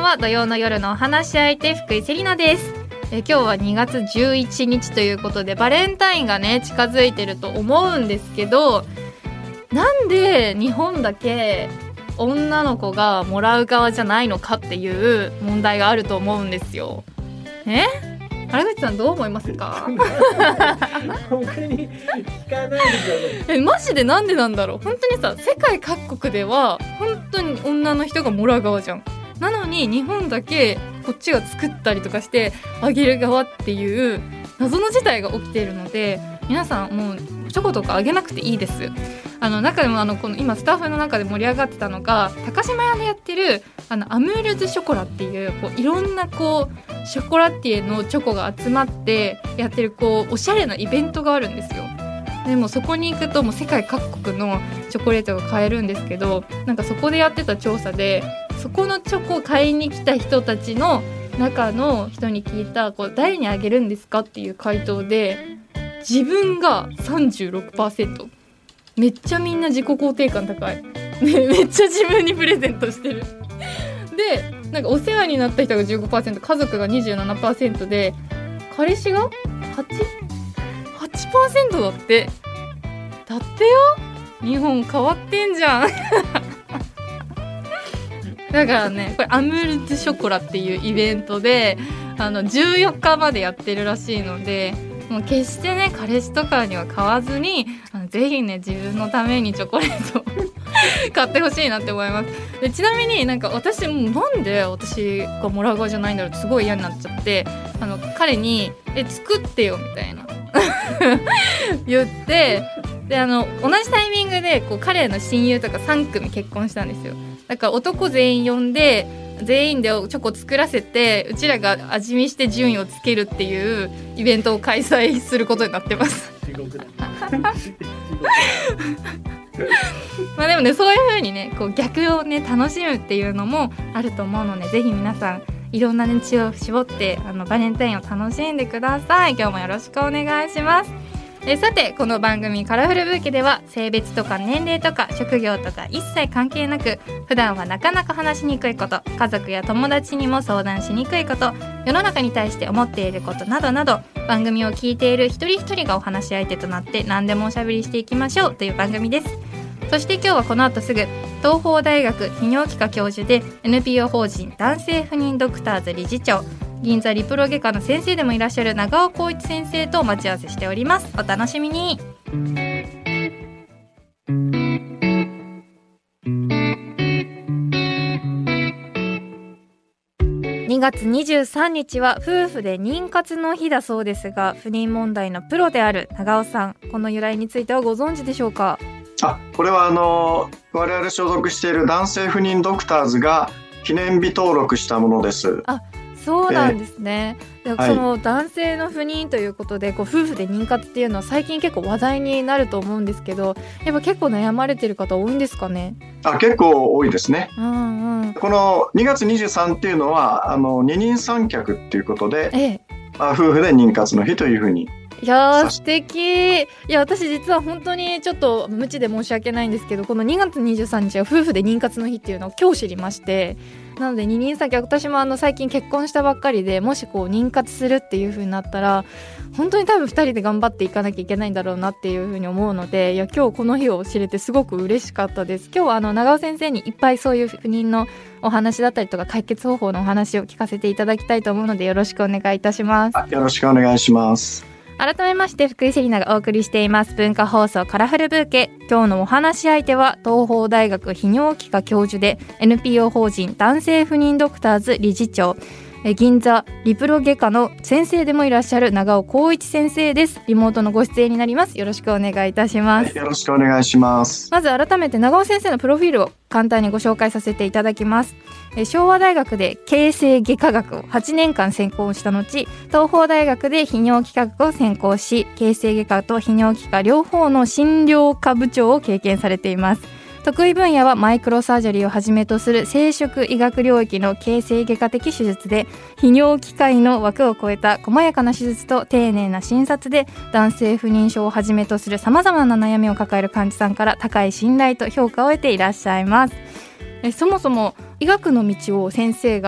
は。土曜の夜のお話し相手、福井セリナです。今日は2月11日ということでバレンタインがね近づいてると思うんですけど、なんで日本だけ女の子がもらう側じゃないのかっていう問題があると思うんですよ。原口さんどう思いますか？ 僕に聞かないですよね。 マジでなんでなんだろう。本当にさ、世界各国では本当に女の人がもらう側じゃん。なのに日本だけこっちが作ったりとかしてあげる側っていう謎の事態が起きているので、皆さんもうチョコとかあげなくていいです。中でもこの今スタッフの中で盛り上がってたのが、高島屋でやってるアムールズショコラっていう、いろんなショコラティエのチョコが集まってやってるおしゃれなイベントがあるんですよ。でもそこに行くともう世界各国のチョコレートが買えるんですけど、なんかそこでやってた調査で、そこのチョコを買いに来た人たちの中の人に聞いた誰にあげるんですかっていう回答で、自分が 36%。 めっちゃみんな自己肯定感高い。めっちゃ自分にプレゼントしてる。でなんかお世話になった人が 15%、 家族が 27% で、彼氏が 8% だって。だってよ、日本変わってんじゃん。だからね、これアムールズショコラっていうイベントで14日までやってるらしいので、もう決してね彼氏とかには買わずにぜひね自分のためにチョコレートを買ってほしいなって思います。でちなみになんか私もなんで私がもらう側じゃないんだろうってすごい嫌になっちゃって、彼に作ってよみたいな言って、で同じタイミングで彼の親友とか3組結婚したんですよ。だから男全員呼んで全員でチョコ作らせて、うちらが味見して順位をつけるっていうイベントを開催することになってます。 地獄だ。 まあでもね、そういう風にね逆をね楽しむっていうのもあると思うので、ぜひ皆さんいろんな血を絞ってバレンタインを楽しんでください。今日もよろしくお願いします。さてこの番組カラフルブーケでは、性別とか年齢とか職業とか一切関係なく、普段はなかなか話しにくいこと、家族や友達にも相談しにくいこと、世の中に対して思っていることなどなど、番組を聞いている一人一人がお話し相手となって何でもおしゃべりしていきましょうという番組です。そして今日はこの後すぐ、東邦大学泌尿器科教授で NPO 法人男性不妊ドクターズ理事長、銀座リプロ外科の先生でもいらっしゃる長尾光一先生と待ち合わせしております。お楽しみに。2月23日は夫婦で妊活の日だそうですが、不妊問題のプロである長尾さん、この由来についてはご存知でしょうか？ これは我々所属している男性不妊ドクターズが記念日登録したものです。 そうなんですね。その男性の不妊ということで夫婦で妊活っていうのは最近結構話題になると思うんですけど、やっぱ結構悩まれてる方多いんですかね？ 結構多いですね。 この2月23っていうのは二人三脚っていうことで、夫婦で妊活の日というふうに。 いや素敵。いや私実は本当にちょっと無知で申し訳ないんですけど、この2月23日は夫婦で妊活の日っていうのを今日知りまして、なので二人三脚、私も最近結婚したばっかりで、もし妊活するっていう風になったら本当に多分2人で頑張っていかなきゃいけないんだろうなっていう風に思うので、いや今日この日を知れてすごく嬉しかったです。今日は長尾先生にいっぱいそういう不妊のお話だったりとか解決方法のお話を聞かせていただきたいと思うので、よろしくお願いいたします。 よろしくお願いします。 改めまして福井セリナがお送りしています文化放送カラフルブーケ。今日のお話し相手は東邦大学泌尿器科教授で NPO 法人男性不妊ドクターズ理事長、銀座リプロ外科の先生でもいらっしゃる長尾光一先生です。リモートのご出演になります。よろしくお願いいたします。 よろしくお願いします。 まず改めて長尾先生のプロフィールを簡単にご紹介させていただきます。昭和大学で形成外科学を8年間専攻した後、東邦大学で泌尿器科学を専攻し、形成外科と泌尿器科両方の診療科部長を経験されています。得意分野はマイクロサージャリーをはじめとする生殖医学領域の形成外科的手術で、泌尿器科医の枠を超えた細やかな手術と丁寧な診察で、男性不妊症をはじめとする様々な悩みを抱える患者さんから高い信頼と評価を得ていらっしゃいます。そもそも医学の道を先生が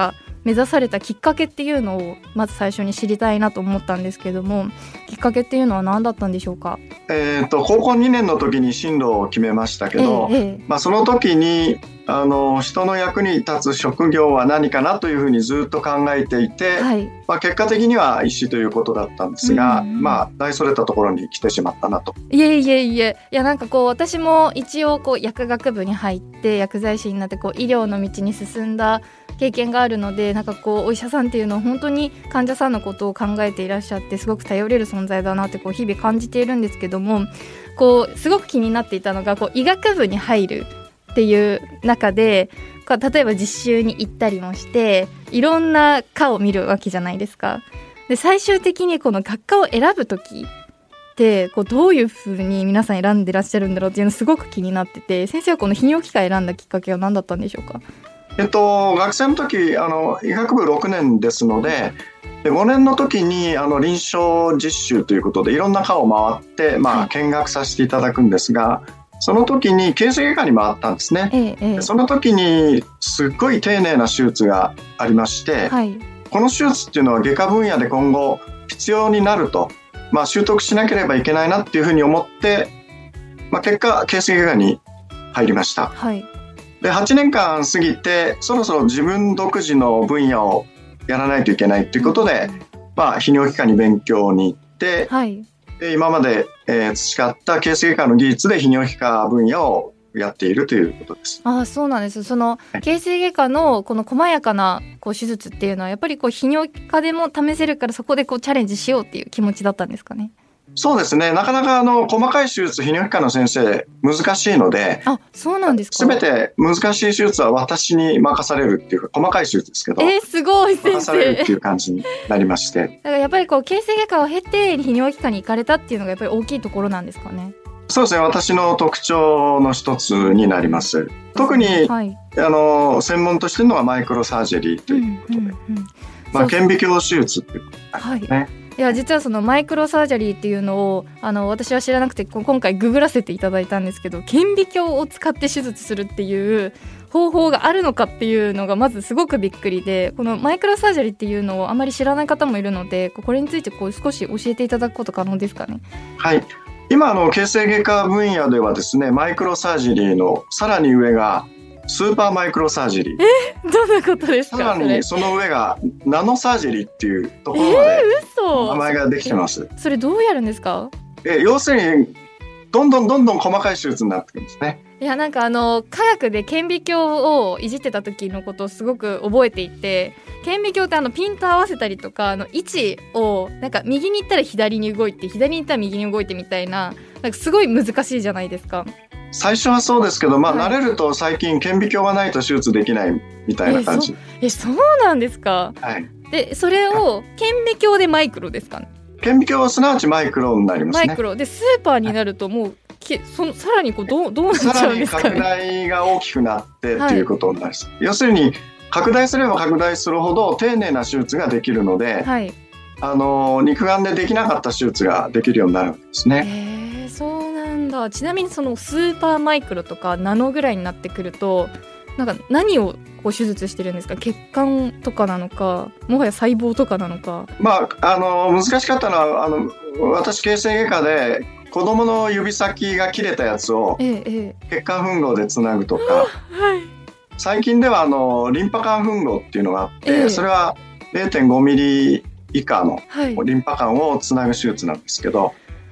目指されたきっかけっていうのをまず最初に知りたいなと思ったんですけども、きっかけっていうのは何だったんでしょうか？ 高校2年の時に進路を決めましたけど、その時に人の役に立つ職業は何かなというふうにずっと考えていて、結果的には医師ということだったんですが、大それたところに来てしまったなと。 いやなんか私も一応薬学部に入って薬剤師になって医療の道に進んだ経験があるので、なんかお医者さんっていうのは本当に患者さんのことを考えていらっしゃって、すごく頼れる存在だなって日々感じているんですけども、すごく気になっていたのが医学部に入るっていう中で、例えば実習に行ったりもしていろんな科を見るわけじゃないですか。で最終的にこの学科を選ぶ時ってどういうふうに皆さん選んでらっしゃるんだろうっていうのすごく気になってて、先生はこの泌尿器科を選んだきっかけは何だったんでしょうか？ 学生の時医学部6年ですので、5年の時に臨床実習ということでいろんな科を回って、見学させていただくんですが、その時に形成外科に回ったんですね。その時にすっごい丁寧な手術がありまして、この手術っていうのは外科分野で今後必要になると、習得しなければいけないなっていうふうに思って、結果形成外科に入りました。で8年間過ぎてそろそろ自分独自の分野をやらないといけないということで、泌尿器科に勉強に行って、今まで、培った形成外科の技術で泌尿器科分野をやっているということです。 そうなんです。その形成外科のこの細やかな手術っていうのはやっぱり泌尿器科でも試せるから、そこでチャレンジしようっていう気持ちだったんですかね？ そうですね。なかなか細かい手術、泌尿器科の先生難しいので、 そうなんですか。 すべて難しい手術は私に任されるっていうか、細かい手術ですけど、 すごい先生、 任されるっていう感じになりまして、 だからやっぱり形成外科を経て泌尿器科に行かれたっていうのがやっぱり大きいところなんですかね？ そうですね。私の特徴の一つになります。特に、専門としてるのはマイクロサージェリーということで、顕微鏡手術っていうことですね。 いや実はそのマイクロサージャリーっていうのを私は知らなくて今回ググらせていただいたんですけど、顕微鏡を使って手術するっていう方法があるのかっていうのがまずすごくびっくりで、このマイクロサージャリーっていうのをあまり知らない方もいるので、これについて少し教えていただくこと可能ですかね？ 今形成外科分野ではですね、マイクロサージェリーのさらに上がスーパーマイクロサージェリー。 どんなことですか？ さらにその上がナノサージェリーっていうところまで名前ができてます。 それどうやるんですか？ 要するにどんどん細かい手術になってくるんですね。 いやなんか科学で顕微鏡をいじってた時のことをすごく覚えていて、顕微鏡ってピント合わせたりとか位置をなんか右に行ったら左に動いて、左に行ったら右に動いてみたいな、なんかすごい難しいじゃないですか。 最初はそうですけど、慣れると最近顕微鏡がないと手術できないみたいな感じ。 そうなんですか？でそれを顕微鏡でマイクロですかね？ 顕微鏡はすなわちマイクロになりますね。 マイクロでスーパーになるともう、さらにどうなっちゃうんですかね？ さらに拡大が大きくなってということになります。要するに拡大すれば拡大するほど丁寧な手術ができるので、肉眼でできなかった手術ができるようになるんですね。 そうなんだ。ちなみにそのスーパーマイクロとかナノぐらいになってくると、なんか何を手術してるんですか？血管とかなのか、もはや細胞とかなのか。 難しかったのは私形成外科で子供の指先が切れたやつを血管吻合でつなぐとか、最近ではリンパ管吻合っていうのがあって、それは 0.5 ミリ以下のリンパ管をつなぐ手術なんですけど、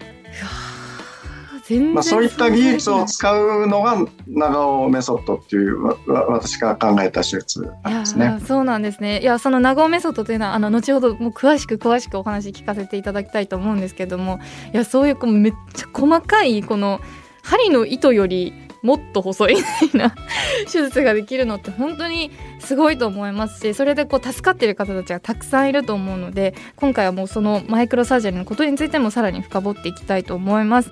そういった技術を使うのが長尾メソッドっていう私が考えた手術なんですね。 そうなんですね。いやその長尾メソッドというのは後ほどもう詳しくお話聞かせていただきたいと思うんですけども、いやそういうめっちゃ細かいこの針の糸よりもっと細いみたいな手術ができるのって本当にすごいと思いますし、それで助かっている方たちがたくさんいると思うので、今回はもうそのマイクロサージャリーのことについてもさらに深掘っていきたいと思います。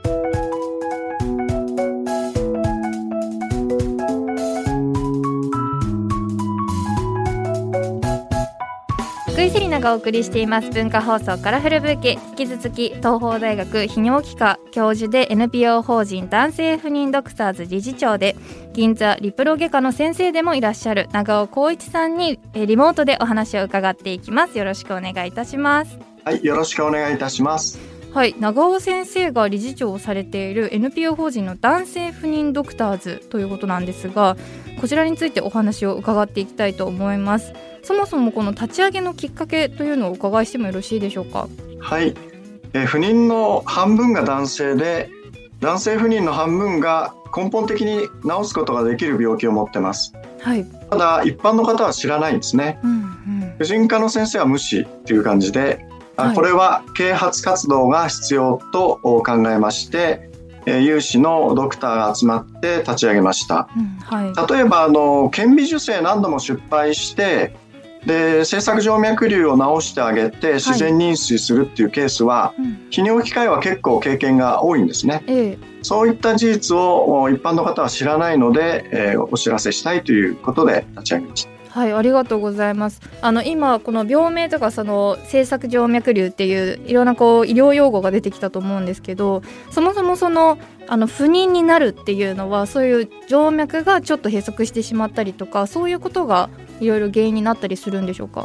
福井セリナがお送りしています文化放送カラフルブーケ、引き続き東邦大学泌尿器科教授で NPO 法人男性不妊ドクターズ理事長で銀座リプロ外科の先生でもいらっしゃる長尾光一さんにリモートでお話を伺っていきます。よろしくお願いいたします。 はい、よろしくお願いいたします。 はい、長尾先生が理事長をされている NPO 法人の男性不妊ドクターズということなんですが、こちらについてお話を伺っていきたいと思います。そもそもこの立ち上げのきっかけというのをお伺いしてもよろしいでしょうか。 はい、不妊の半分が男性で、男性不妊の半分が根本的に治すことができる病気を持ってます。 はい、 ただ一般の方は知らないんですね。婦人科の先生は無視という感じで、はい、これは啓発活動が必要と考えまして、有志のドクターが集まって立ち上げました。はい、例えば顕微授精何度も失敗してで制作静脈瘤を治してあげて自然妊娠するっていうケースは、泌尿器科医は結構経験が多いんですね。そういった事実を一般の方は知らないので、お知らせしたいということで立ち上げました。 はい、ありがとうございます。今この病名とかその制作静脈瘤っていういろんな医療用語が出てきたと思うんですけど、そもそも不妊になるっていうのはそういう静脈がちょっと閉塞してしまったりとか、そういうことがいろいろ原因になったりするんでしょうか。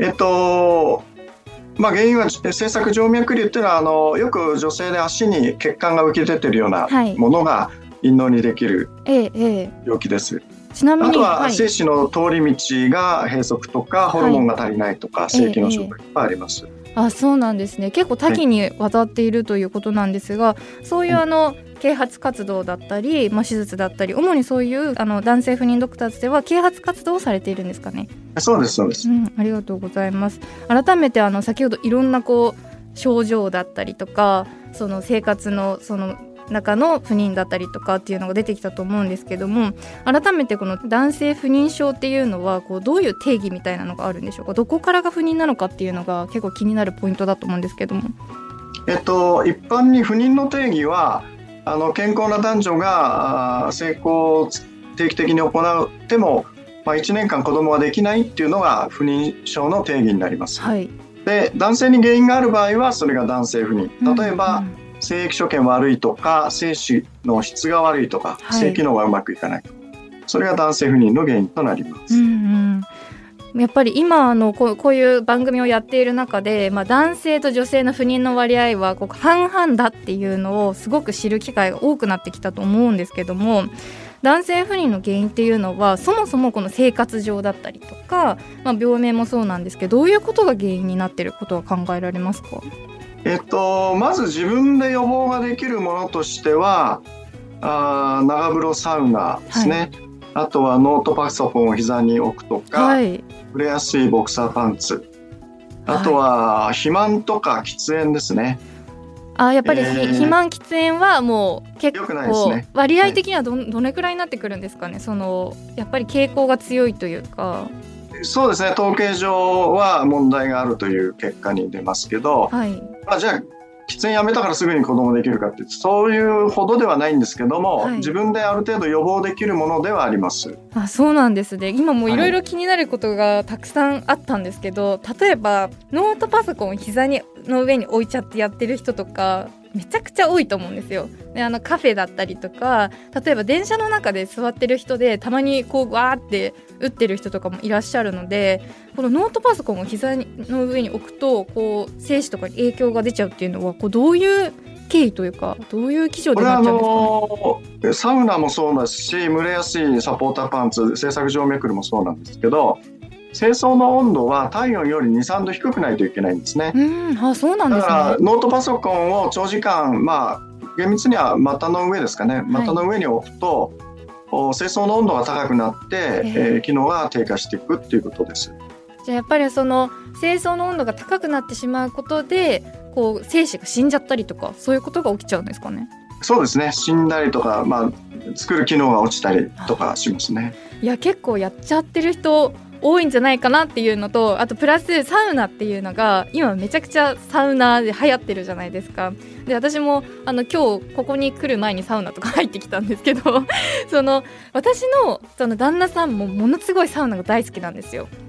原因は制作静脈瘤っていうのはよく女性で足に血管が浮き出てるようなものが陰嚢にできる病気です。 ちなみにあとは精子の通り道が閉塞とか、ホルモンが足りないとか、性器の障害があります。 あ、そうなんですね。結構多岐にわたっているということなんですが、そういう啓発活動だったり、手術だったり、主にそういう男性不妊ドクターズでは啓発活動をされているんですかね。 そうですそうです、 ありがとうございます。改めて先ほどいろんな症状だったりとか、その生活の中の不妊だったりとかっていうのが出てきたと思うんですけども、改めてこの男性不妊症っていうのはどういう定義みたいなのがあるんでしょうか。どこからが不妊なのかっていうのが結構気になるポイントだと思うんですけども。 一般に不妊の定義は健康な男女が性交を定期的に行っても、1年間子供ができないっていうのが不妊症の定義になります。 はい、 で男性に原因がある場合はそれが男性不妊。例えば、精液所見悪いとか、精子の質が悪いとか、性機能がうまくいかないとか、それが男性不妊の原因となります。 やっぱり今こういう番組をやっている中で、男性と女性の不妊の割合は半々だっていうのをすごく知る機会が多くなってきたと思うんですけども、男性不妊の原因っていうのはそもそもこの生活上だったりとか、病名もそうなんですけど、どういうことが原因になっていることは考えられますか。 まず自分で予防ができるものとしては長風呂サウナですね。あとはノートパソコンを膝に置くとか、触れやすいボクサーパンツ、あとは肥満とか喫煙ですね。 やっぱり肥満喫煙はもう結構割合的にはどれくらいになってくるんですかね。やっぱり傾向が強いというか。 そうですね、統計上は問題があるという結果に出ますけど、じゃあ喫煙やめたからすぐに子供できるかってそういうほどではないんですけども、自分である程度予防できるものではあります。 そうなんですね。今もいろいろ気になることがたくさんあったんですけど、例えばノートパソコンを膝の上に置いちゃってやってる人とかめちゃくちゃ多いと思うんですよ。でカフェだったりとか、例えば電車の中で座ってる人でたまにわーって打ってる人とかもいらっしゃるので、このノートパソコンを膝の上に置くと精子とかに影響が出ちゃうっていうのはどういう経緯というか、どういう基準でなっちゃうんですかね。 サウナもそうですし、蒸れやすいサポーターパンツ、制作静脈瘤もそうなんですけど、清掃の温度は体温より 2,3 度低くないといけないんですね。 そうなんですね。 だからノートパソコンを長時間、厳密には股の上ですかね、股の上に置くと、清掃の温度が高くなって、機能が低下していくっていうことです。 じゃあやっぱり清掃の温度が高くなってしまうことで精子が死んじゃったりとか、そういうことが起きちゃうんですかね。 そうですね、死んだりとか、作る機能が落ちたりとかしますね。 いや、結構やっちゃってる人多いんじゃないかなっていうのと、あとプラスサウナっていうのが今めちゃくちゃサウナで流行ってるじゃないですか。で私も今日ここに来る前にサウナとか入ってきたんですけど私の旦那さんもものすごいサウナが大好きなんですよ。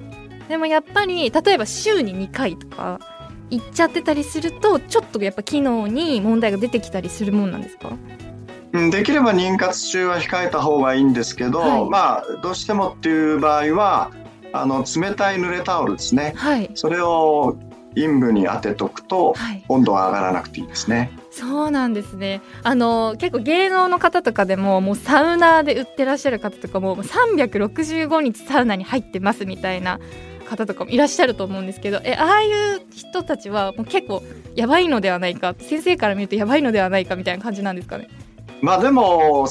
でもやっぱり例えば週に2回とか行っちゃってたりするとちょっとやっぱ機能に問題が出てきたりするもんなんですか？ できれば妊活中は控えた方がいいんですけど、 はい、 まあどうしてもっていう場合は冷たい濡れタオルですね、 はい、 それを陰部に当てとくと温度が上がらなくていいですね。 そうなんですね。結構芸能の方とかでももうサウナで売ってらっしゃる方とかも365日サウナに入ってますみたいな方とかもいらっしゃると思うんですけど、ああいう人たちはもう結構やばいのではないか、先生から見るとやばいのではないかみたいな感じなんですかね。 まあでも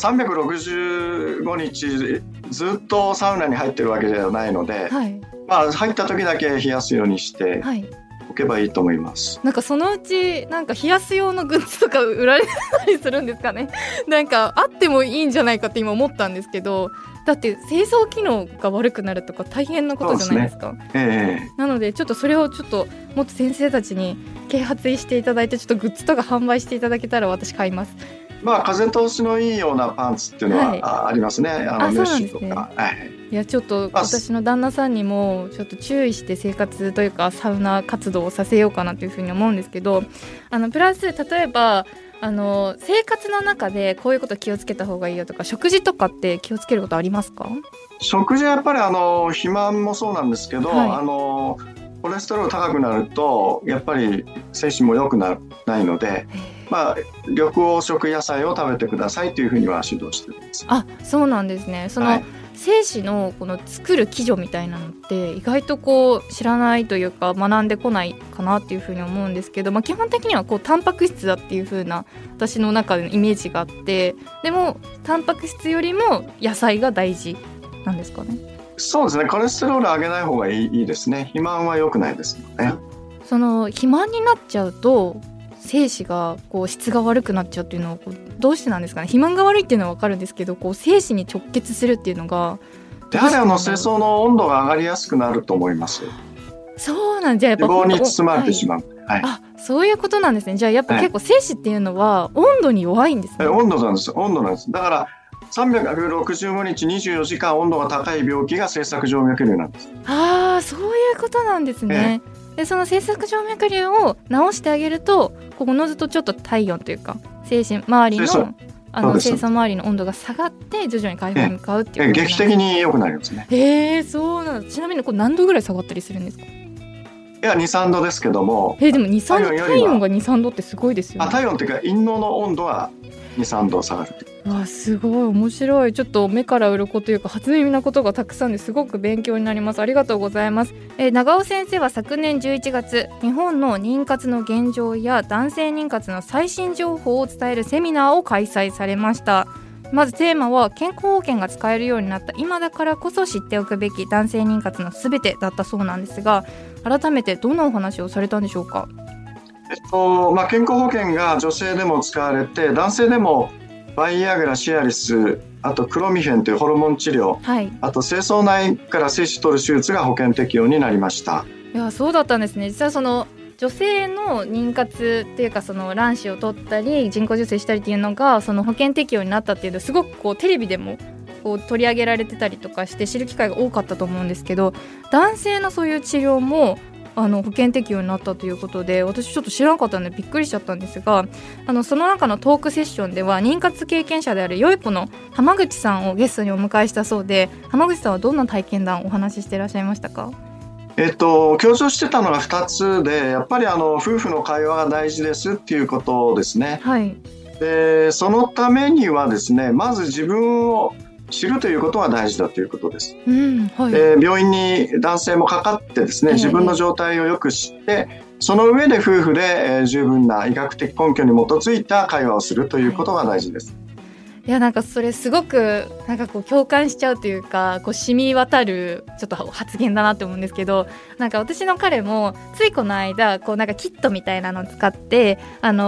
365日ずっとサウナに入ってるわけではないので、 はい、 まあ入った時だけ冷やすようにしておけばいいと思います。 なんかそのうちなんか冷やす用のグッズとか売られたりするんですかね。なんかあってもいいんじゃないかって今思ったんですけど、だって清掃機能が悪くなるとか大変なことじゃないですか。なのでちょっとそれをちょっともっと先生たちに啓発していただいて、ちょっとグッズとか販売していただけたら私買います。 まあ風通しのいいようなパンツっていうのは、はい、ありますね。メッシュとか。 いやちょっと私の旦那さんにもちょっと注意して生活というかサウナ活動をさせようかなというふうに思うんですけど、プラス例えば生活の中でこういうこと気をつけた方がいいよとか、食事とかって気をつけることありますか？ 食事はやっぱり肥満もそうなんですけど、はい、コレステロール高くなるとやっぱり精神も良くないので、まあ、緑黄色野菜を食べてくださいというふうには指導しています。 あ、そうなんですね。はい、精子のこの作る基準みたいなのって意外とこう知らないというか学んでこないかなっていうふうに思うんですけど、基本的にはこうタンパク質だっていうふうな私の中でのイメージがあって、でもタンパク質よりも野菜が大事なんですかね。 そうですね、コレステロール上げない方がいいですね。肥満は良くないですので、 その肥満になっちゃうと精子がこう質が悪くなっちゃうっていうのはどうしてなんですかね。肥満が悪いっていうのは分かるんですけど、こう精子に直結するっていうのがやはり精巣の温度が上がりやすくなると思います。 そうなんじゃ、やっぱ脂肪に包まれてしまう、 はい、あ、そういうことなんですね。じゃあやっぱ結構精子っていうのは温度に弱いんですね。 温度なんです。温度なんです。だから365日24時間温度が高い病気が静脈静脈瘤なんです。 ああ、そういうことなんですね。でその静脈静脈瘤を治してあげると、ここのずとちょっと体温というか精子周りの精巣周りの温度が下がって徐々に回復に向かうっていうことなんです。 劇的に良くなりますね。 そうなんです。ちなみにこれ何度ぐらい下がったりするんですか？ いや 2,3 度ですけども、 でも 2,3 度、体温が 2,3 度ってすごいですよね。 体温っていうか陰嚢の温度は 2,3 度下がる。 すごい面白い。ちょっと目から鱗というか初耳なことがたくさんですごく勉強になります。ありがとうございます。長尾先生は昨年11月日本の妊活の現状や男性妊活の最新情報を伝えるセミナーを開催されました。まずテーマは健康保険が使えるようになった今だからこそ知っておくべき男性妊活のすべてだったそうなんですが、改めてどんなお話をされたんでしょうか？ 健康保険が女性でも使われて男性でもバイアグラ、シアリス、あとクロミフェンというホルモン治療、はい、あと精巣内から精子取る手術が保険適用になりました。 いや、そうだったんですね。実はその女性の妊活っていうか、その卵子を取ったり人工授精したりっていうのがその保険適用になったっていうのはすごくこうテレビでもこう取り上げられてたりとかして知る機会が多かったと思うんですけど、男性のそういう治療も保険適用になったということで、私ちょっと知らなかったのでびっくりしちゃったんですが、その中のトークセッションでは妊活経験者であるよいこの浜口さんをゲストにお迎えしたそうで、浜口さんはどんな体験談をお話ししていらっしゃいましたか？ 強調してたのが2つで、やっぱり夫婦の会話が大事ですっていうことですね。はい、でそのためにはですね、まず自分を知るということが大事だということです。はい、病院に男性もかかってですね、自分の状態をよく知って、その上で夫婦で十分な医学的根拠に基づいた会話をするということが大事です。 いや、なんかそれすごくなんかこう共感しちゃうというか、こう染み渡るちょっと発言だなって思うんですけど、なんか私の彼もついこの間こうなんかキットみたいなのを使って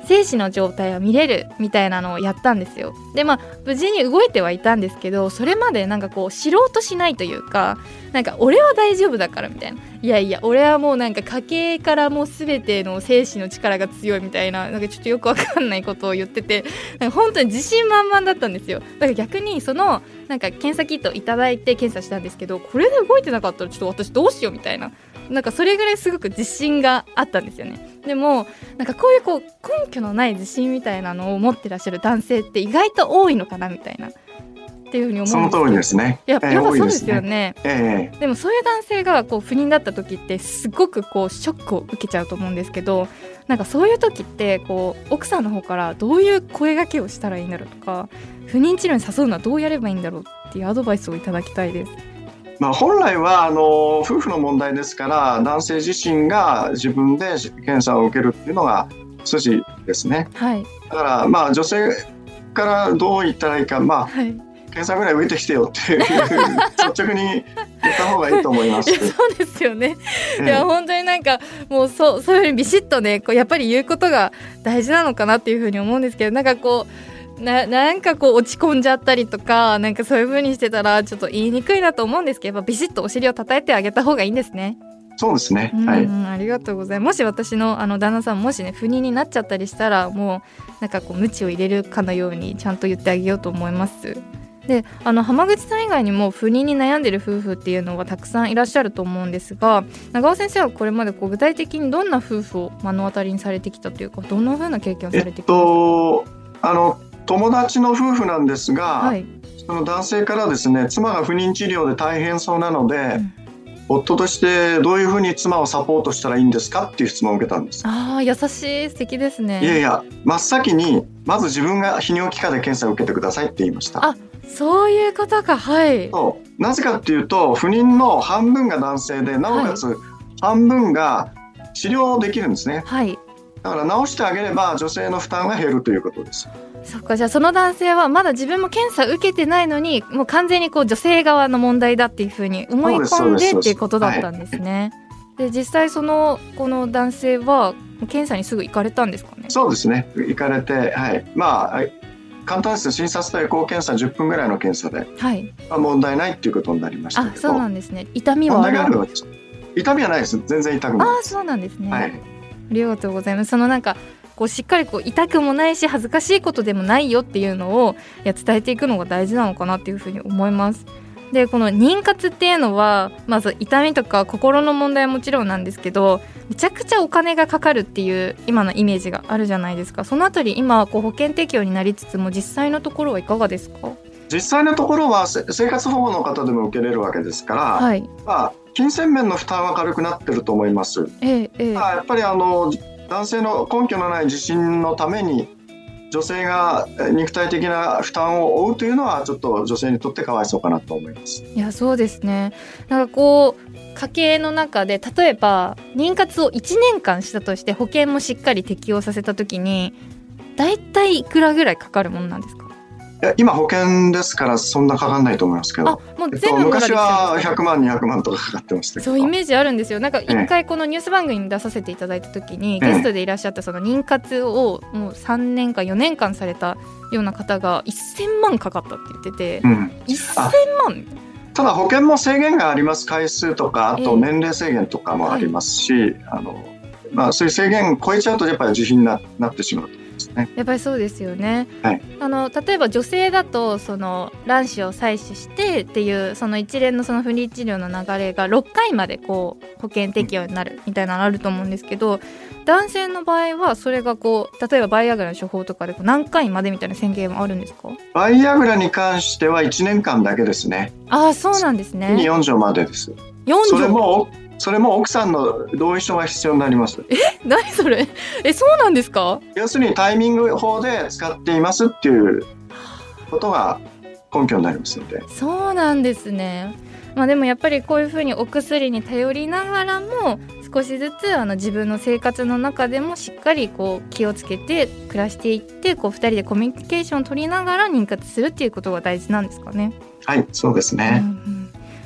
精子の状態を見れるみたいなのをやったんですよ。で無事に動いてはいたんですけど、それまでなんかこう知ろうとしないというか、なんか俺は大丈夫だからみたいな、いやいや俺はもうなんか家系からもう全ての精子の力が強いみたいな、なんかちょっとよくわかんないことを言ってて、なんか本当に自信満々だったんですよ。だから逆にそのなんか検査キットいただいて検査したんですけど、これで動いてなかったらちょっと私どうしようみたいな、なんかそれぐらいすごく自信があったんですよね。でもなんかこういう根拠のない自信みたいなのを持ってらっしゃる男性って意外と多いのかなみたいなっていうふうに思うんですけど。 その通りですね。 やっぱそうですよね。 でもそういう男性が不妊だった時ってすごくショックを受けちゃうと思うんですけど、なんかそういう時って奥さんの方からどういう声掛けをしたらいいんだろうとか、不妊治療に誘うのはどうやればいいんだろうっていうアドバイスをいただきたいです。 本来は夫婦の問題ですから、男性自身が自分で検査を受けるっていうのが筋ですね。 はい、 だから女性からどう言ったらいいか、はい、検査ぐらい受けてきてよっていう率直に言った方がいいと思います。 いやそうですよね。いや本当になんかもうそういうふうにビシッとねやっぱり言うことが大事なのかなっていうふうに思うんですけど、なんかなんか落ち込んじゃったりとか、なんかそういう風にしてたらちょっと言いにくいなと思うんですけど、ビシッとお尻を叩いてあげた方がいいんですね。 そうですね、はい、 ありがとうございます。もし私の旦那さんもしね不妊になっちゃったりしたら、もうなんか鞭を入れるかのようにちゃんと言ってあげようと思います。で浜口さん以外にも不妊に悩んでる夫婦っていうのはたくさんいらっしゃると思うんですが、長尾先生はこれまで具体的にどんな夫婦を目の当たりにされてきたというか、どんな風な経験をされてきましたか？ 友達の夫婦なんですが、 はい、 その男性からですね、妻が不妊治療で大変そうなので、夫としてどういうふうに妻をサポートしたらいいんですかっていう質問を受けたんです。 優しい、素敵ですね。 いや真っ先にまず自分が泌尿器科で検査を受けてくださいって言いました。 そういうことか。はい。 なぜかっていうと、不妊の半分が男性で、なおかつ半分が治療できるんですね。 はい。 だから治してあげれば女性の負担が減るということです。 そっか、じゃあその男性はまだ自分も検査受けてないのに、もう完全に女性側の問題だっていうふうに思い込んでっていうことだったんですね。で実際この男性は検査にすぐ行かれたんですかね？ そうですね、行かれて、はい、簡単ですね。診察とエコー検査10分ぐらいの検査で、はい、問題ないっていうことになりましたけど。 そうなんですね。痛みは問題があるわけです。痛みはないです。全然痛くないです。 そうなんですね。 はい、 ありがとうございます。なんかしっかり痛くもないし恥ずかしいことでもないよっていうのを伝えていくのが大事なのかなっていうふうに思います。でこの妊活っていうのはまず痛みとか心の問題はもちろんなんですけど、めちゃくちゃお金がかかるっていう今のイメージがあるじゃないですか。そのあたり今保険適用になりつつも、実際のところはいかがですか？ 実際のところは生活保護の方でも受けれるわけですから、はい、金銭面の負担は軽くなってると思います。やっぱり男性の根拠のない自信のために女性が肉体的な負担を負うというのはちょっと女性にとってかわいそうかなと思います。 いやそうですね。なんか家計の中で例えば妊活を1年間したとして保険もしっかり適用させたときにだいたいいくらぐらいかかるものなんですか？ 今保険ですからそんなかかんないと思いますけど、 もう全部昔は100万200万とかかかってましたけど、 そうイメージあるんですよ。なんか一回このニュース番組に出させていただいた時に、ゲストでいらっしゃったその妊活をもう3年間4年間されたような方が1000万かかったって言ってて、1000万。 ただ保険も制限があります。回数とかあと年齢制限とかもありますし、そういう制限超えちゃうとやっぱり自費になってしまうと。 やっぱりそうですよね。 はい、 例えば女性だとその卵子を採取してっていうその一連のその不妊治療の流れが6回まで保険適用になるみたいなのあると思うんですけど、男性の場合はそれが例えばバイアグラの処方とかで何回までみたいな宣言もあるんですか？ バイアグラに関しては1年間だけですね。 そうなんですね。 4錠までです。それも奥さんの同意書が必要になります。 何それ？そうなんですか？ 要するにタイミング法で使っていますっていうことが根拠になりますので。 そうなんですね。でもやっぱりこういうふうにお薬に頼りながらも少しずつ自分の生活の中でもしっかり気をつけて暮らしていって2人でコミュニケーションを取りながら妊活するっていうことが大事なんですかね？ はい、そうですね。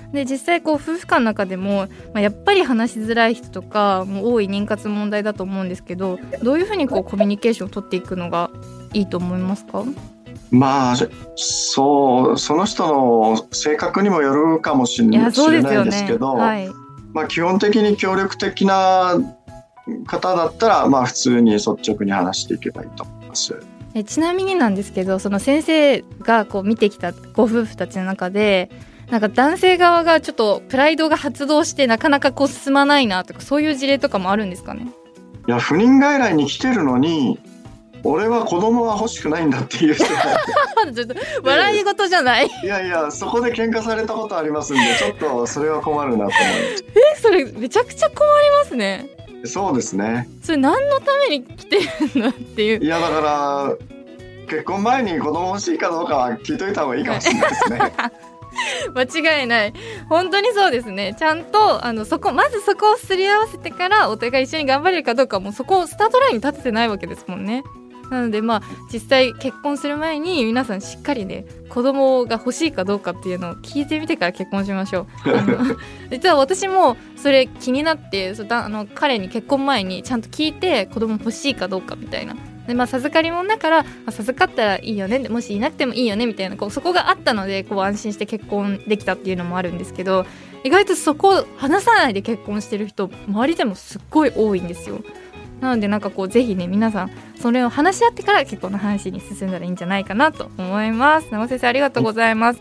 で実際こう夫婦間の中でも、やっぱり話しづらい人とかも多い妊活問題だと思うんですけど、どういうふうにこうコミュニケーションを取っていくのがいいと思いますか？ まあその人の性格にもよるかもしれないですけど、基本的に協力的な方だったら、普通に率直に話していけばいいと思います。 ちなみになんですけど、その先生がこう見てきたご夫婦たちの中で、なんか男性側がちょっとプライドが発動してなかなかこう進まないなとか、そういう事例とかもあるんですかね？ いや、不妊外来に来てるのに俺は子供は欲しくないんだっていう人がちょっと笑い事じゃないいやそこで喧嘩されたことありますんで、ちょっとそれは困るなと思いますそれめちゃくちゃ困りますね。 そうですね。 それ何のために来てるんだっていう。 いや、だから結婚前に子供欲しいかどうかは聞いといた方がいいかもしれないですね間違いない。本当にそうですね。ちゃんとまずそこをすり合わせてからお互い一緒に頑張れるかどうか、もうそこをスタートラインに立ててないわけですもんね。なので実際結婚する前に皆さんしっかりね、子供が欲しいかどうかっていうのを聞いてみてから結婚しましょう実は私もそれ気になって、彼に結婚前にちゃんと聞いて、子供欲しいかどうかみたいなで、授かり物だから、授かったらいいよね、もしいなくてもいいよねみたいな、そこがあったので安心して結婚できたっていうのもあるんですけど、意外とそこを話さないで結婚してる人周りでもすっごい多いんですよ。なのでぜひね、皆さんそれを話し合ってから結婚の話に進んだらいいんじゃないかなと思います。長尾先生、ありがとうございます。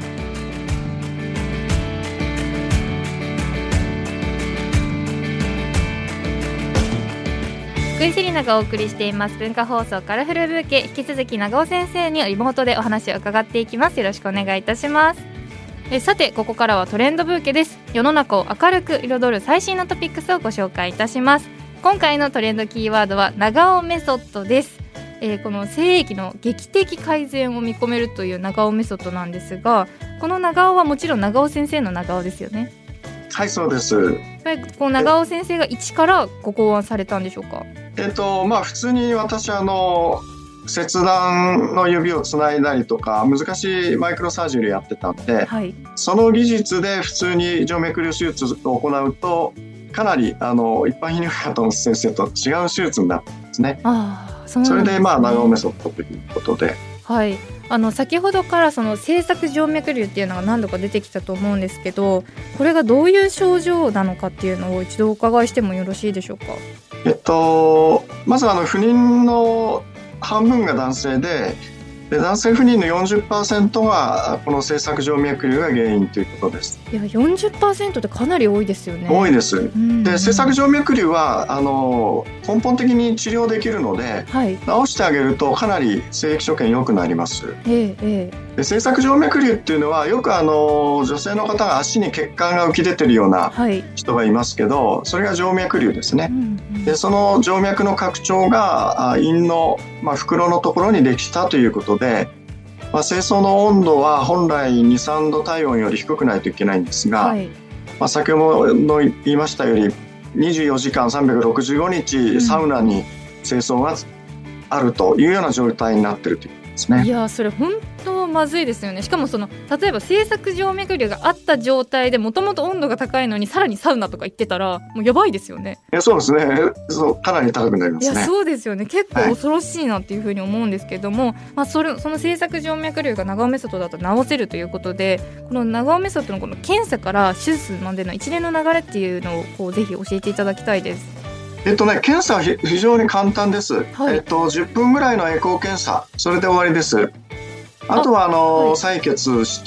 福井セリナがお送りしています文化放送カラフルブーケ、引き続き長尾先生にリモートでお話を伺っていきます。よろしくお願いいたします。さて、ここからはトレンドブーケです。世の中を明るく彩る最新のトピックスをご紹介いたします。今回のトレンドキーワードは長尾メソッドです。この精液の劇的改善を見込めるという長尾メソッドなんですが、この長尾はもちろん長尾先生の長尾ですよね？ はい、そうです。 この長尾先生が一からご考案されたんでしょうか？ 普通に私切断の指をつないだりとか難しいマイクロサージュリーやってたんで、その技術で普通に静脈瘤手術を行うとかなり一般泌尿器科の先生と違う手術になったんですね。それで長尾メソッドということで、 先ほどからその制作静脈瘤っていうのが何度か出てきたと思うんですけど、これがどういう症状なのかっていうのを一度お伺いしてもよろしいでしょうか？ まず不妊の半分が男性で、男性不妊の 40% がこの制作静脈瘤が原因ということです。 いや 40% ってかなり多いですよね。 多いです。で、制作静脈瘤は根本的に治療できるので、治してあげるとかなり精液所見良くなります。で、制作静脈瘤っていうのはよく女性の方が足に血管が浮き出てるような人がいますけど、それが静脈瘤ですね。で、その静脈の拡張が陰の、袋のところにできたということで、精巣の温度は本来 2,3 度体温より低くないといけないんですが、先ほど言いましたより24時間365日サウナに精巣があるというような状態になっているということですね。 いや、それ本当まずいですよね。しかも例えば制作静脈瘤があった状態でもともと温度が高いのにさらにサウナとか行ってたらもうやばいですよね。 そうですね。かなり高くなりますね。 いや、そうですよね。結構恐ろしいなっていうふうに思うんですけども、その制作静脈瘤が長尾メソッドだと治せるということで、この長尾メソッドのこの検査から手術までの一連の流れっていうのをぜひ教えていただきたいです。 検査は非常に簡単です。10分ぐらいのエコー検査、それで終わりです。あとは採血して、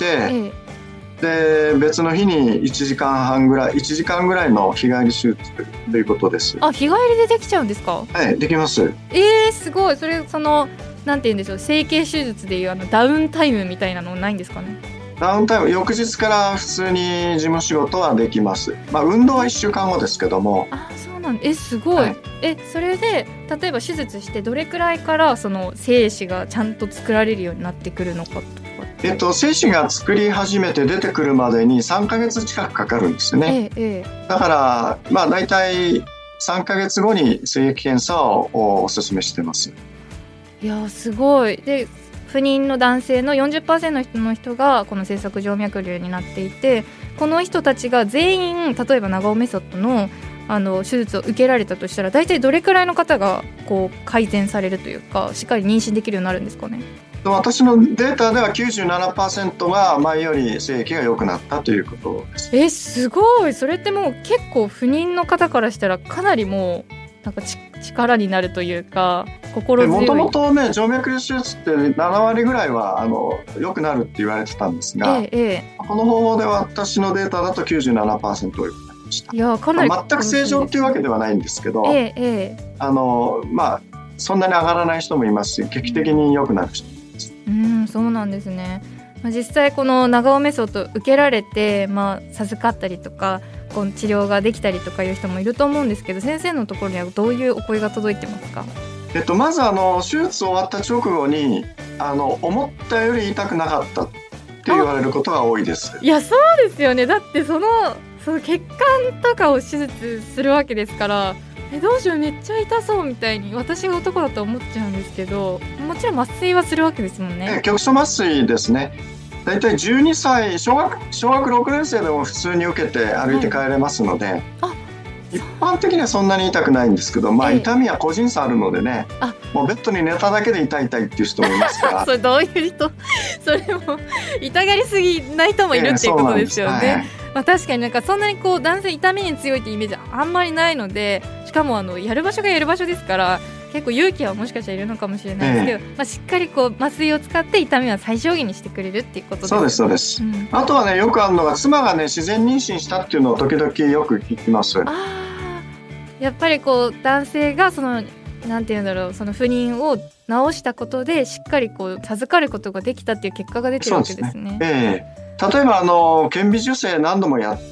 で別の日に1時間ぐらいの日帰り手術ということです。 日帰りでできちゃうんですか？ はい、できます。 すごい。それなんて言うんでしょう、整形手術でいうダウンタイムみたいなのないんですかね？ ダウンタイム、翌日から普通に事務仕事はできます。運動は1週間後ですけども。 そうなんです。すごい。それで例えば手術してどれくらいから精子がちゃんと作られるようになってくるのかとか。 精子が作り始めて出てくるまでに3ヶ月近くかかるんですよね。だからだいたい3ヶ月後に精液検査をお勧めしてます。 いや、すごい。で、不妊の男性の 40% の人がこの制作静脈瘤になっていて、 この人たちが全員例えば長尾メソッドの手術を受けられたとしたら、大体どれくらいの方がこう改善されるというか、しっかり妊娠できるようになるんですかね。 私のデータでは 97% が前より精液が良くなったということです。 すごい。それってもう結構不妊の方からしたらかなりもうなんか力になるというか、心強い。 もともとね、静脈瘤手術って7割ぐらいは良くなるって言われてたんですが、この方法では私のデータだと 97% 良くなりました。 いやかなり全く正常っていうわけではないんですけど、そんなに上がらない人もいますし、劇的に良くなる人もいます。 そうなんですね。実際この長尾メソッド受けられて、授かったりとかこの治療ができたりとかいう人もいると思うんですけど、先生のところにはどういうお声が届いてますか？ まず手術終わった直後に思ったより痛くなかったって言われることが多いです。 いやそうですよね。だってその血管とかを手術するわけですから、どうしようめっちゃ痛そうみたいに私が男だと思っちゃうんですけど、もちろん麻酔はするわけですもんね。 局所麻酔ですね。だいたい12歳小学6年生でも普通に受けて歩いて帰れますので、一般的にはそんなに痛くないんですけど、痛みは個人差あるのでね、もうベッドに寝ただけで痛いっていう人もいますからそれどういう人？それも痛がりすぎない人もいるっていうことですよね。確かになんかそんなにこう男性痛みに強いってイメージあんまりないので、しかもやる場所がやる場所ですから結構勇気はもしかしたらいるのかもしれないですけど、しっかりこう麻酔を使って痛みは最小限にしてくれるっていうことです。 そうです、あとはね、よくあるのが妻がね自然妊娠したっていうのを時々よく聞きます。 やっぱりこう男性がなんていうんだろう、その不妊を治したことでしっかりこう授かることができたっていう結果が出てるわけですね。 例えば顕微授精何度もやって、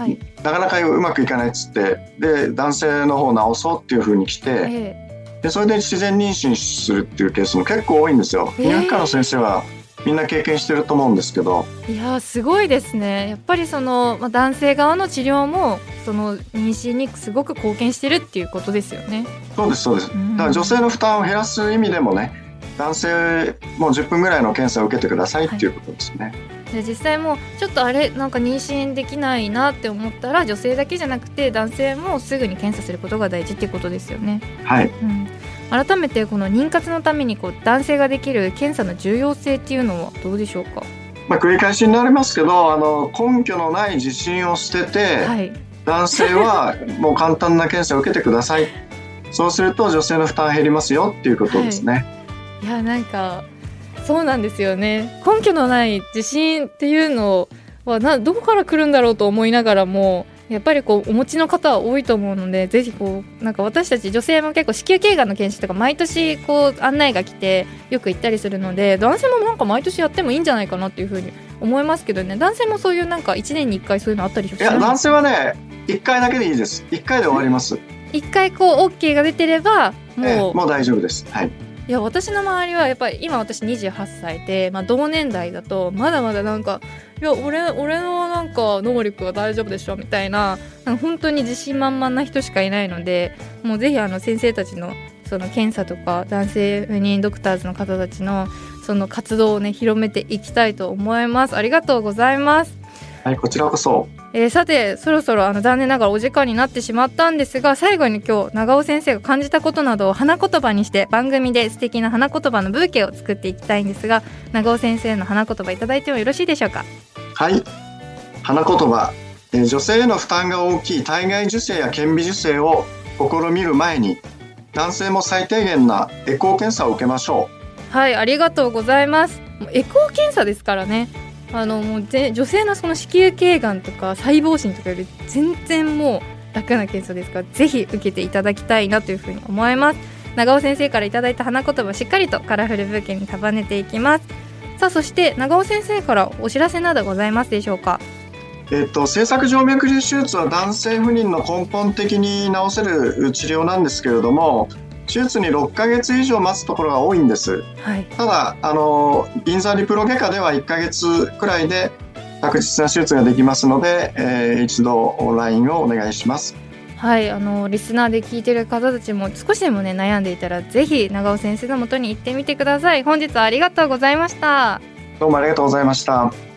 なかなかうまくいかないっつって、で男性の方を治そうっていう風に来て、でそれで自然妊娠するっていうケースも結構多いんですよ。泌尿器科の先生はみんな経験してると思うんですけど。 いやすごいですね。やっぱり男性側の治療もその妊娠にすごく貢献してるっていうことですよね。 そうです、だから女性の負担を減らす意味でもね、男性も10分ぐらいの検査を受けてくださいっていうことですね。 で実際もちょっとなんか妊娠できないなって思ったら、女性だけじゃなくて男性もすぐに検査することが大事っていうことですよね。改めてこの妊活のために男性ができる検査の重要性っていうのはどうでしょうか？ 繰り返しになりますけど、根拠のない自信を捨てて、男性はもう簡単な検査を受けてくださいそうすると女性の負担減りますよっていうことですね。 いやなんかそうなんですよね。根拠のない自信っていうのはどこから来るんだろうと思いながらも、やっぱりお持ちの方は多いと思うので、ぜひなんか私たち女性も結構子宮頸がんの検診とか毎年案内が来てよく行ったりするので、男性もなんか毎年やってもいいんじゃないかなっていうふうに思いますけどね。男性もそういうなんか1年に1回そういうのあったりしますか？ いや男性はね1回だけでいいです。1回で終わります。 1回OK が出てればもう大丈夫です。 いや私の周りはやっぱり今私28歳で、同年代だとまだまだなんかいや俺のなんか能力は大丈夫でしょみたいな、本当に自信満々な人しかいないので、もうぜひ先生たちのその検査とか男性不妊ドクターズの方たちのその活動をね広めていきたいと思います。ありがとうございます。 はい、こちらこそ。 さてそろそろ残念ながらお時間になってしまったんですが、最後に今日長尾先生が感じたことなどを花言葉にして番組で素敵な花言葉のブーケを作っていきたいんですが、長尾先生の花言葉いただいてもよろしいでしょうか？ はい、花言葉、女性への負担が大きい体外受精や顕微受精を試みる前に男性も最低限なエコー検査を受けましょう。はい、ありがとうございます。エコー検査ですからね、もう女性のその子宮頸がんとか細胞診とかより全然もう楽な検査ですから、ぜひ受けていただきたいなというふうに思います。長尾先生からいただいた花言葉をしっかりとカラフルブーケに束ねていきます。さあそして長尾先生からお知らせなどございますでしょうか？ 制作静脈瘤手術は男性不妊の根本的に治せる治療なんですけれども、手術に6ヶ月以上待つところが多いんです。ただ銀座リプロ外科では1ヶ月くらいで確実な手術ができますので、一度 LINE をお願いします。 はい、リスナーで聞いている方たちも少しでもね悩んでいたらぜひ長尾先生のもとに行ってみてください。本日はありがとうございました。 どうもありがとうございました。